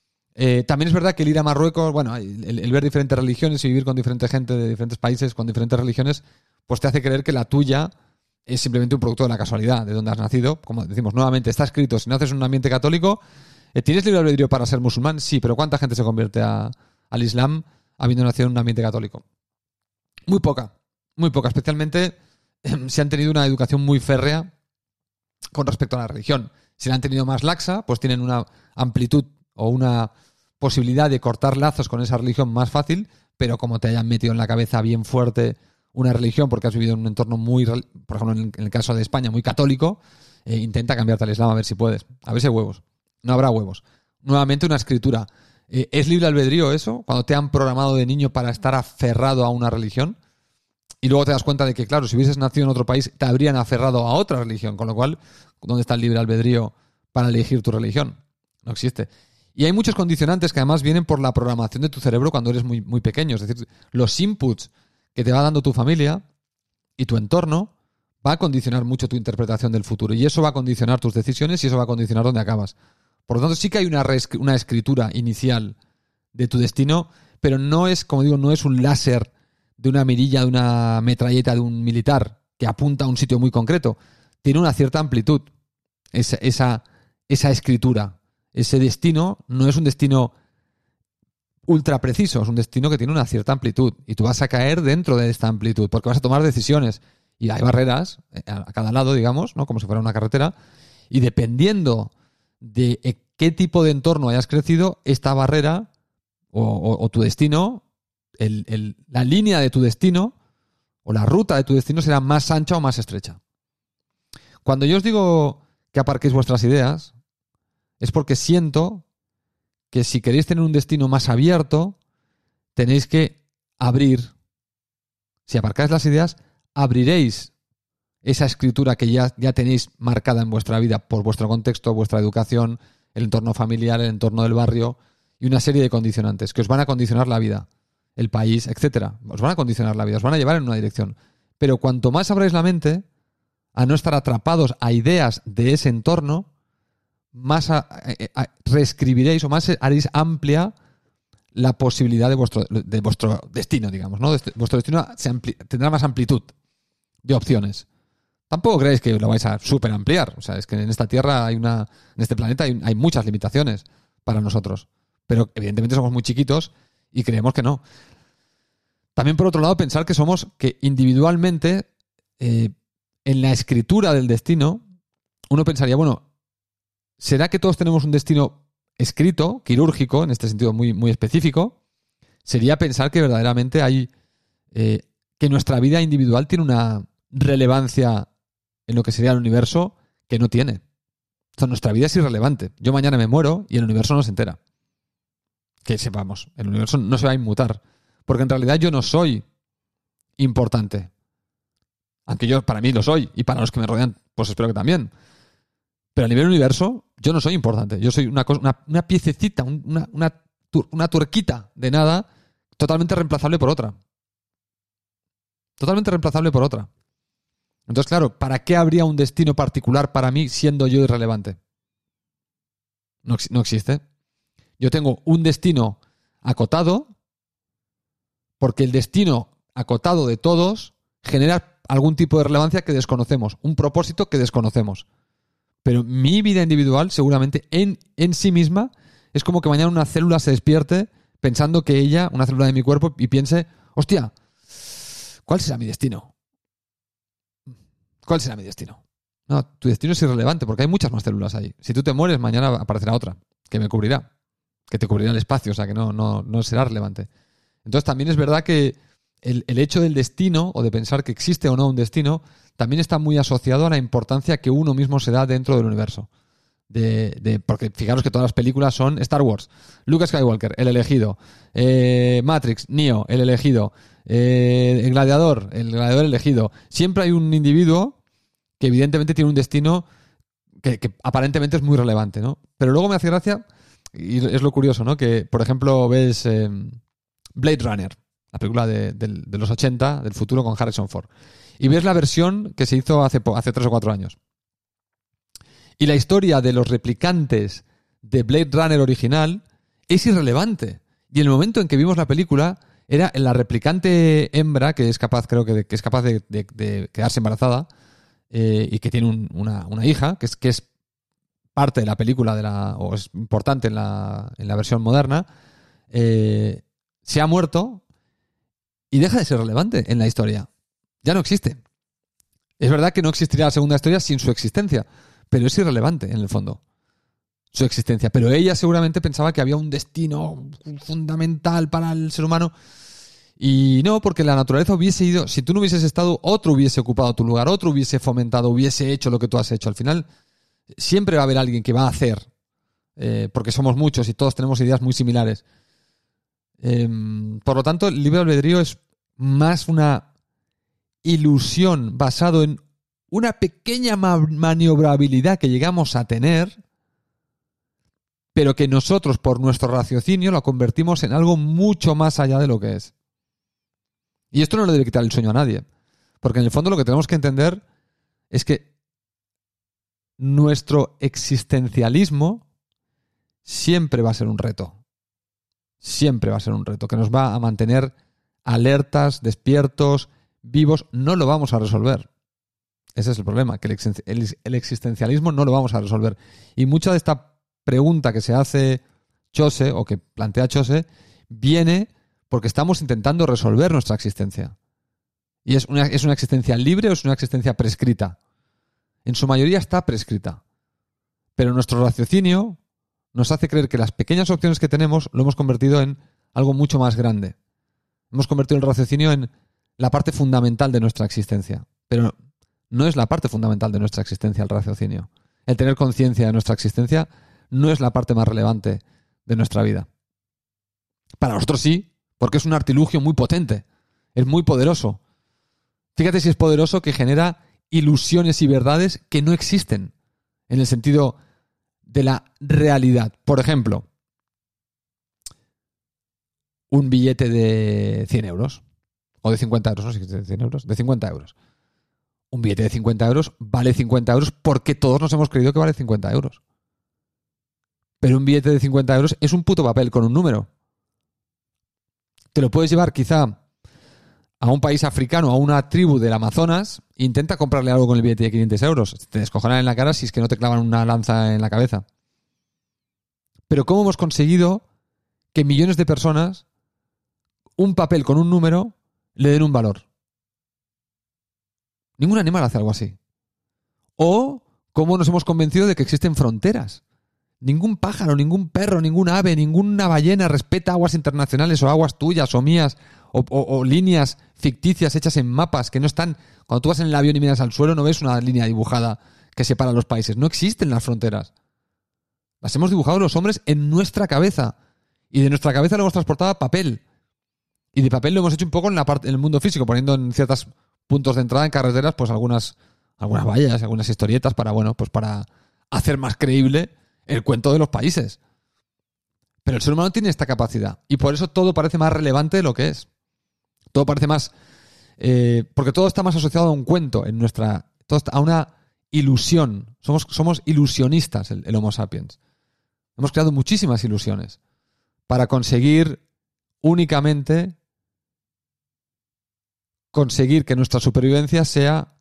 Eh, también es verdad que el ir a Marruecos, bueno, el, el ver diferentes religiones y vivir con diferente gente de diferentes países, con diferentes religiones, pues te hace creer que la tuya es simplemente un producto de la casualidad, de donde has nacido. Como decimos nuevamente, está escrito, si naces en un ambiente católico, eh, ¿tienes libre albedrío para ser musulmán? Sí, pero ¿cuánta gente se convierte a, al Islam habiendo nacido en un ambiente católico? Muy poca, muy poca, especialmente eh, si han tenido una educación muy férrea con respecto a la religión. Si la han tenido más laxa, pues tienen una amplitud o una posibilidad de cortar lazos con esa religión más fácil, pero como te hayan metido en la cabeza bien fuerte una religión porque has vivido en un entorno muy, por ejemplo en el caso de España, muy católico, eh, intenta cambiarte al Islam a ver si puedes. A ver si hay huevos. No habrá huevos. Nuevamente una escritura. Eh, ¿Es libre albedrío eso? Cuando te han programado de niño para estar aferrado a una religión y luego te das cuenta de que, claro, si hubieses nacido en otro país te habrían aferrado a otra religión, con lo cual, ¿dónde está el libre albedrío para elegir tu religión? No existe. Y hay muchos condicionantes que además vienen por la programación de tu cerebro cuando eres muy, muy pequeño. Es decir, los inputs que te va dando tu familia y tu entorno va a condicionar mucho tu interpretación del futuro. Y eso va a condicionar tus decisiones y eso va a condicionar dónde acabas. Por lo tanto, sí que hay una, una escritura inicial de tu destino, pero no es, como digo, no es un láser de una mirilla, de una metralleta de un militar que apunta a un sitio muy concreto. Tiene una cierta amplitud esa, esa, esa escritura. Ese destino no es un destino ultra preciso, es un destino que tiene una cierta amplitud y tú vas a caer dentro de esta amplitud porque vas a tomar decisiones y hay barreras a cada lado, digamos, ¿no? Como si fuera una carretera, y dependiendo de qué tipo de entorno hayas crecido, esta barrera o, o, o tu destino, el, el, la línea de tu destino o la ruta de tu destino será más ancha o más estrecha. Cuando yo os digo que aparquéis vuestras ideas, es porque siento que si queréis tener un destino más abierto, tenéis que abrir. Si aparcáis las ideas, abriréis esa escritura que ya, ya tenéis marcada en vuestra vida por vuestro contexto, vuestra educación, el entorno familiar, el entorno del barrio y una serie de condicionantes que os van a condicionar la vida, el país, etcétera. Os van a condicionar la vida, os van a llevar en una dirección. Pero cuanto más abráis la mente a no estar atrapados a ideas de ese entorno, más a, a, a, reescribiréis o más haréis amplia la posibilidad de vuestro, de vuestro destino, digamos, ¿no? Vuestro destino se ampli- tendrá más amplitud de opciones. Tampoco creéis que lo vais a súper ampliar. O sea, es que en esta Tierra hay una, en este planeta hay, hay muchas limitaciones para nosotros. Pero evidentemente somos muy chiquitos y creemos que no. También por otro lado pensar que somos, que individualmente eh, en la escritura del destino uno pensaría, bueno, ¿será que todos tenemos un destino escrito, quirúrgico, en este sentido muy, muy específico? Sería pensar que verdaderamente hay eh, que nuestra vida individual tiene una relevancia en lo que sería el universo que no tiene. O sea, nuestra vida es irrelevante. Yo mañana me muero y el universo no se entera. Que sepamos, el universo no se va a inmutar. Porque en realidad yo no soy importante. Aunque yo para mí lo soy y para los que me rodean, pues espero que también. Pero a nivel universo, yo no soy importante. Yo soy una cosa, una, una piececita, una, una una tuerquita de nada totalmente reemplazable por otra. Totalmente reemplazable por otra. Entonces, claro, ¿para qué habría un destino particular para mí siendo yo irrelevante? No, no existe. Yo tengo un destino acotado porque el destino acotado de todos genera algún tipo de relevancia que desconocemos, un propósito que desconocemos. Pero mi vida individual, seguramente, en, en sí misma, es como que mañana una célula se despierte pensando que ella, una célula de mi cuerpo, y piense, hostia, ¿cuál será mi destino? ¿Cuál será mi destino? No, tu destino es irrelevante porque hay muchas más células ahí. Si tú te mueres, mañana aparecerá otra que me cubrirá, que te cubrirá el espacio, o sea que no, no, no será relevante. Entonces también es verdad que el, el hecho del destino, o de pensar que existe o no un destino, también está muy asociado a la importancia que uno mismo se da dentro del universo. De, de, porque fijaros que todas las películas son Star Wars, Luke Skywalker, el elegido, eh, Matrix, Neo, el elegido, eh, el gladiador, el gladiador elegido. Siempre hay un individuo que evidentemente tiene un destino que, que aparentemente es muy relevante, ¿no? Pero luego me hace gracia, y es lo curioso, ¿no? Que, por ejemplo, ves eh, Blade Runner, la película de, de, de los ochenta, del futuro, con Harrison Ford, y ves la versión que se hizo hace, hace tres o cuatro años. Y la historia de los replicantes de Blade Runner original es irrelevante. Y en el momento en que vimos la película, era la replicante hembra, que es capaz, creo que, de, que es capaz de, de, de quedarse embarazada, eh, y que tiene un, una, una hija, que es, que es parte de la película, de la, o es importante en la, en la versión moderna, eh, se ha muerto y deja de ser relevante en la historia. Ya no existe. Es verdad que no existiría la segunda historia sin su existencia, pero es irrelevante en el fondo su existencia. Pero ella seguramente pensaba que había un destino fundamental para el ser humano, y no, porque la naturaleza hubiese ido, si tú no hubieses estado, otro hubiese ocupado tu lugar, otro hubiese fomentado, hubiese hecho lo que tú has hecho. Al final siempre va a haber alguien que va a hacer, eh, porque somos muchos y todos tenemos ideas muy similares. Eh, por lo tanto, el libre albedrío es más una ilusión basado en una pequeña maniobrabilidad que llegamos a tener, pero que nosotros, por nuestro raciocinio, lo convertimos en algo mucho más allá de lo que es. Y esto no le debe quitar el sueño a nadie, porque en el fondo lo que tenemos que entender es que nuestro existencialismo siempre va a ser un reto. Siempre va a ser un reto que nos va a mantener alertas, despiertos, vivos. No lo vamos a resolver. Ese es el problema, que el existencialismo no lo vamos a resolver. Y mucha de esta pregunta que se hace Chose, o que plantea Chose, viene porque estamos intentando resolver nuestra existencia. ¿Y es una, es una existencia libre o es una existencia prescrita? En su mayoría está prescrita. Pero nuestro raciocinio nos hace creer que las pequeñas opciones que tenemos lo hemos convertido en algo mucho más grande. Hemos convertido el raciocinio en la parte fundamental de nuestra existencia. Pero no es la parte fundamental de nuestra existencia el raciocinio. El tener conciencia de nuestra existencia no es la parte más relevante de nuestra vida. Para nosotros sí, porque es un artilugio muy potente. Es muy poderoso. Fíjate si es poderoso, que genera ilusiones y verdades que no existen en el sentido de la realidad. Por ejemplo, un billete de cien euros o de cincuenta euros, no sé si es de cien euros, de cincuenta euros. Un billete de cincuenta euros vale cincuenta euros porque todos nos hemos creído que vale cincuenta euros. Pero un billete de cincuenta euros es un puto papel con un número. Te lo puedes llevar quizá a un país africano, a una tribu del Amazonas, e intenta comprarle algo con el billete de quinientos euros. Te descojonarán en la cara si es que no te clavan una lanza en la cabeza. Pero ¿cómo hemos conseguido que millones de personas, un papel con un número, le den un valor? Ningún animal hace algo así. O ¿cómo nos hemos convencido de que existen fronteras? Ningún pájaro, ningún perro, ningún ave, ninguna ballena respeta aguas internacionales o aguas tuyas o mías o, o, o líneas ficticias hechas en mapas que no están. Cuando tú vas en el avión y miras al suelo no ves una línea dibujada que separa los países. No existen las fronteras. Las hemos dibujado los hombres en nuestra cabeza. Y de nuestra cabeza lo hemos transportado a papel. Y de papel lo hemos hecho un poco en la parte, en el mundo físico, poniendo en ciertos puntos de entrada en carreteras pues algunas, algunas vallas, algunas historietas para, bueno, pues para hacer más creíble el cuento de los países. Pero el ser humano tiene esta capacidad y por eso todo parece más relevante de lo que es. Todo parece más... Eh, porque todo está más asociado a un cuento en nuestra... Todo está, a una ilusión. Somos, somos ilusionistas, el, el Homo sapiens. Hemos creado muchísimas ilusiones para conseguir únicamente conseguir que nuestra supervivencia sea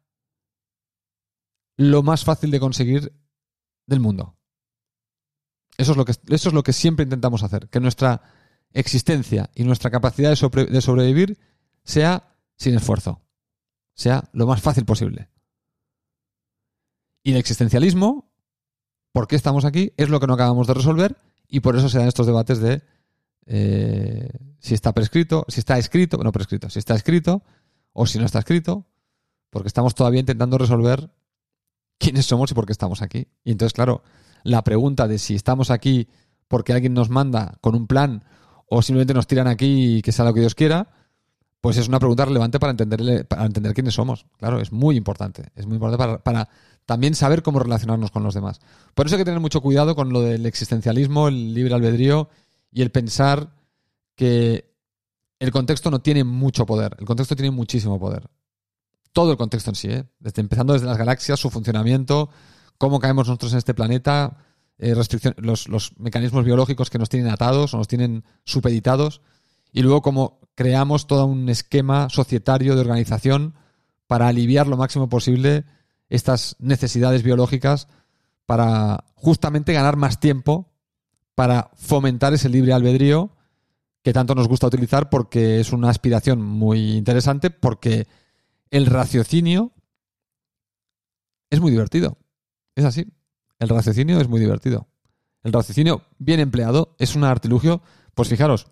lo más fácil de conseguir del mundo. Eso es lo que, eso es lo que siempre intentamos hacer, que nuestra existencia y nuestra capacidad de, sobre, de sobrevivir sea sin esfuerzo, sea lo más fácil posible. Y el existencialismo, ¿por qué estamos aquí? Es lo que no acabamos de resolver y por eso se dan estos debates de eh, si está prescrito, si está escrito, no prescrito, si está escrito o si no está escrito, porque estamos todavía intentando resolver quiénes somos y por qué estamos aquí. Y entonces, claro, la pregunta de si estamos aquí porque alguien nos manda con un plan o simplemente nos tiran aquí y que sea lo que Dios quiera, pues es una pregunta relevante para entender, para entender quiénes somos. Claro, es muy importante. Es muy importante para, para también saber cómo relacionarnos con los demás. Por eso hay que tener mucho cuidado con lo del existencialismo, el libre albedrío y el pensar que el contexto no tiene mucho poder. El contexto tiene muchísimo poder. Todo el contexto en sí, ¿eh? Desde, empezando desde las galaxias, su funcionamiento, cómo caemos nosotros en este planeta, eh, restricción, los, los mecanismos biológicos que nos tienen atados o nos tienen supeditados, y luego cómo creamos todo un esquema societario de organización para aliviar lo máximo posible estas necesidades biológicas para justamente ganar más tiempo para fomentar ese libre albedrío que tanto nos gusta utilizar porque es una aspiración muy interesante, porque el raciocinio es muy divertido. Es así. El raciocinio es muy divertido. El raciocinio bien empleado es un artilugio. Pues fijaros,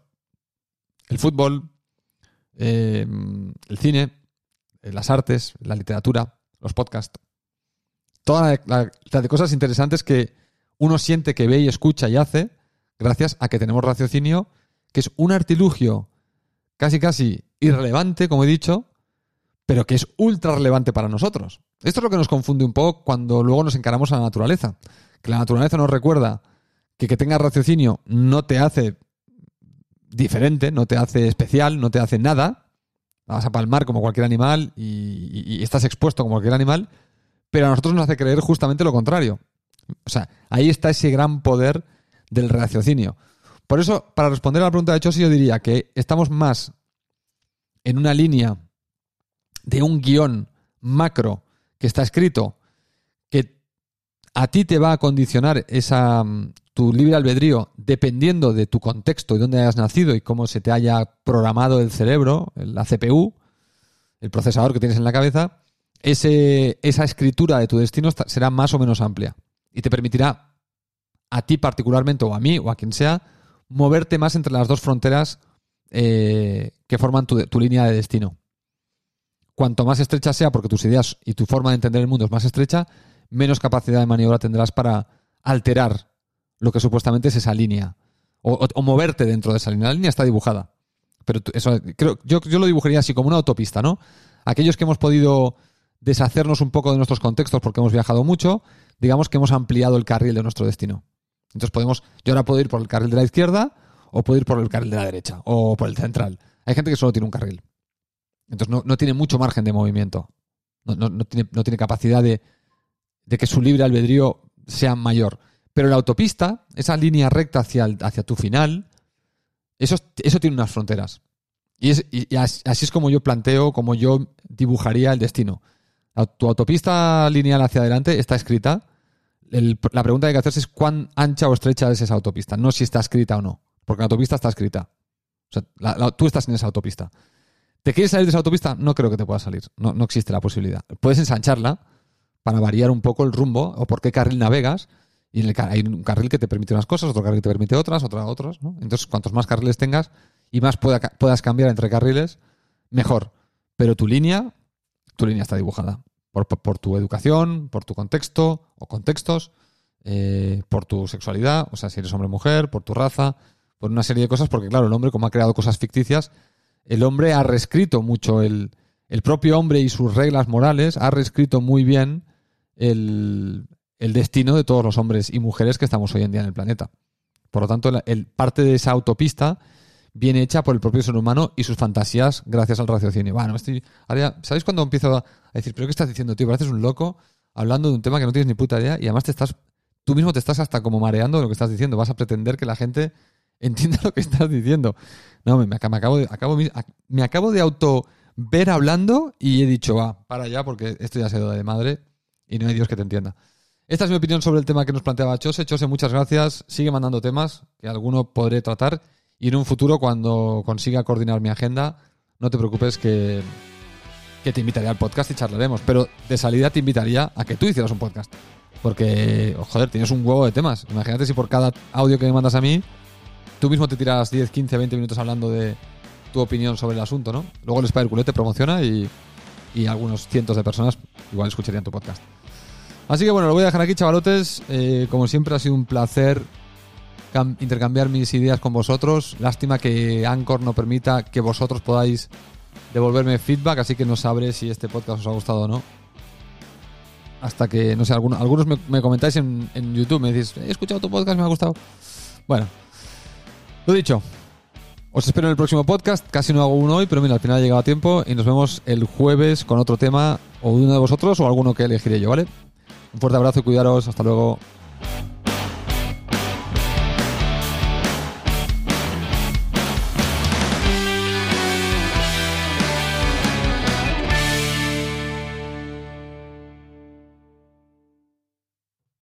el fútbol, eh, el cine, las artes, la literatura, los podcasts, toda la, la, la de cosas interesantes que uno siente que ve y escucha y hace gracias a que tenemos raciocinio, que es un artilugio casi casi irrelevante, como he dicho, pero que es ultra relevante para nosotros. Esto es lo que nos confunde un poco cuando luego nos encaramos a la naturaleza. Que la naturaleza nos recuerda que que tengas raciocinio no te hace diferente, no te hace especial, no te hace nada. Vas a palmar como cualquier animal y, y, y estás expuesto como cualquier animal, pero a nosotros nos hace creer justamente lo contrario. O sea, ahí está ese gran poder del raciocinio. Por eso, para responder a la pregunta de Chosi, yo diría que estamos más en una línea de un guión macro que está escrito, que a ti te va a condicionar esa, tu libre albedrío dependiendo de tu contexto y dónde hayas nacido y cómo se te haya programado el cerebro, la C P U, el procesador que tienes en la cabeza. Ese, esa escritura de tu destino será más o menos amplia y te permitirá a ti particularmente o a mí o a quien sea moverte más entre las dos fronteras eh, que forman tu, tu línea de destino. Cuanto más estrecha sea, porque tus ideas y tu forma de entender el mundo es más estrecha, menos capacidad de maniobra tendrás para alterar lo que supuestamente es esa línea o, o, o moverte dentro de esa línea. La línea está dibujada, pero eso creo yo, yo lo dibujaría así como una autopista, ¿no? Aquellos que hemos podido deshacernos un poco de nuestros contextos porque hemos viajado mucho, digamos que hemos ampliado el carril de nuestro destino. Entonces podemos, yo ahora puedo ir por el carril de la izquierda o puedo ir por el carril de la derecha o por el central. Hay gente que solo tiene un carril. Entonces no, no tiene mucho margen de movimiento. No, no, no, tiene, no tiene capacidad de, de que su libre albedrío sea mayor. Pero la autopista, esa línea recta hacia, el, hacia tu final, eso, eso tiene unas fronteras. Y, es, y, y así es como yo planteo, como yo dibujaría el destino. La, tu autopista lineal hacia adelante está escrita. El, la pregunta que hay que hacerse es cuán ancha o estrecha es esa autopista, no si está escrita o no. Porque la autopista está escrita. O sea, la, la, tú estás en esa autopista. ¿Te quieres salir de esa autopista? No creo que te puedas salir. No, no existe la posibilidad. Puedes ensancharla para variar un poco el rumbo o por qué carril navegas. Y en el, hay un carril que te permite unas cosas, otro carril que te permite otras, otra otras, ¿no? Entonces, cuantos más carriles tengas y más pueda, puedas cambiar entre carriles, mejor. Pero tu línea, tu línea está dibujada. Por, por, por tu educación, por tu contexto o contextos, eh, por tu sexualidad, o sea, si eres hombre o mujer, por tu raza, por una serie de cosas, porque claro, el hombre, como ha creado cosas ficticias, el hombre ha reescrito mucho, el, el propio hombre y sus reglas morales ha reescrito muy bien el, el destino de todos los hombres y mujeres que estamos hoy en día en el planeta. Por lo tanto, el, el parte de esa autopista viene hecha por el propio ser humano y sus fantasías gracias al raciocinio. Bueno, estoy, ahora ya, ¿sabéis cuando empiezo a decir, pero qué estás diciendo, tío? Pareces un loco hablando de un tema que no tienes ni puta idea y además te estás, tú mismo te estás hasta como mareando de lo que estás diciendo. Vas a pretender que la gente entienda lo que estás diciendo. No, me, me acabo de, acabo, me acabo de auto ver hablando y he dicho, va, para ya porque esto ya se da de madre y no hay Dios que te entienda. Esta es mi opinión sobre el tema que nos planteaba Chose. Chose, muchas gracias. Sigue mandando temas que alguno podré tratar. Y en un futuro, cuando consiga coordinar mi agenda, no te preocupes que, que te invitaré al podcast y charlaremos. Pero de salida te invitaría a que tú hicieras un podcast. Porque, joder, tienes un huevo de temas. Imagínate si por cada audio que me mandas a mí, tú mismo te tiras diez, quince, veinte minutos hablando de tu opinión sobre el asunto, ¿no? Luego el Spider Culé te promociona y, y algunos cientos de personas igual escucharían tu podcast. Así que bueno, lo voy a dejar aquí, chavalotes. Eh, como siempre ha sido un placer intercambiar mis ideas con vosotros. Lástima que Anchor no permita que vosotros podáis devolverme feedback, así que no sabré si este podcast os ha gustado o no. Hasta que, no sé, algunos, algunos me, me comentáis en, en YouTube, me decís, he escuchado tu podcast, me ha gustado. Bueno, lo dicho, os espero en el próximo podcast. Casi no hago uno hoy, pero mira, al final ha llegado a tiempo y nos vemos el jueves con otro tema, o de uno de vosotros o alguno que elegiré yo, ¿vale? Un fuerte abrazo y cuidaros, hasta luego.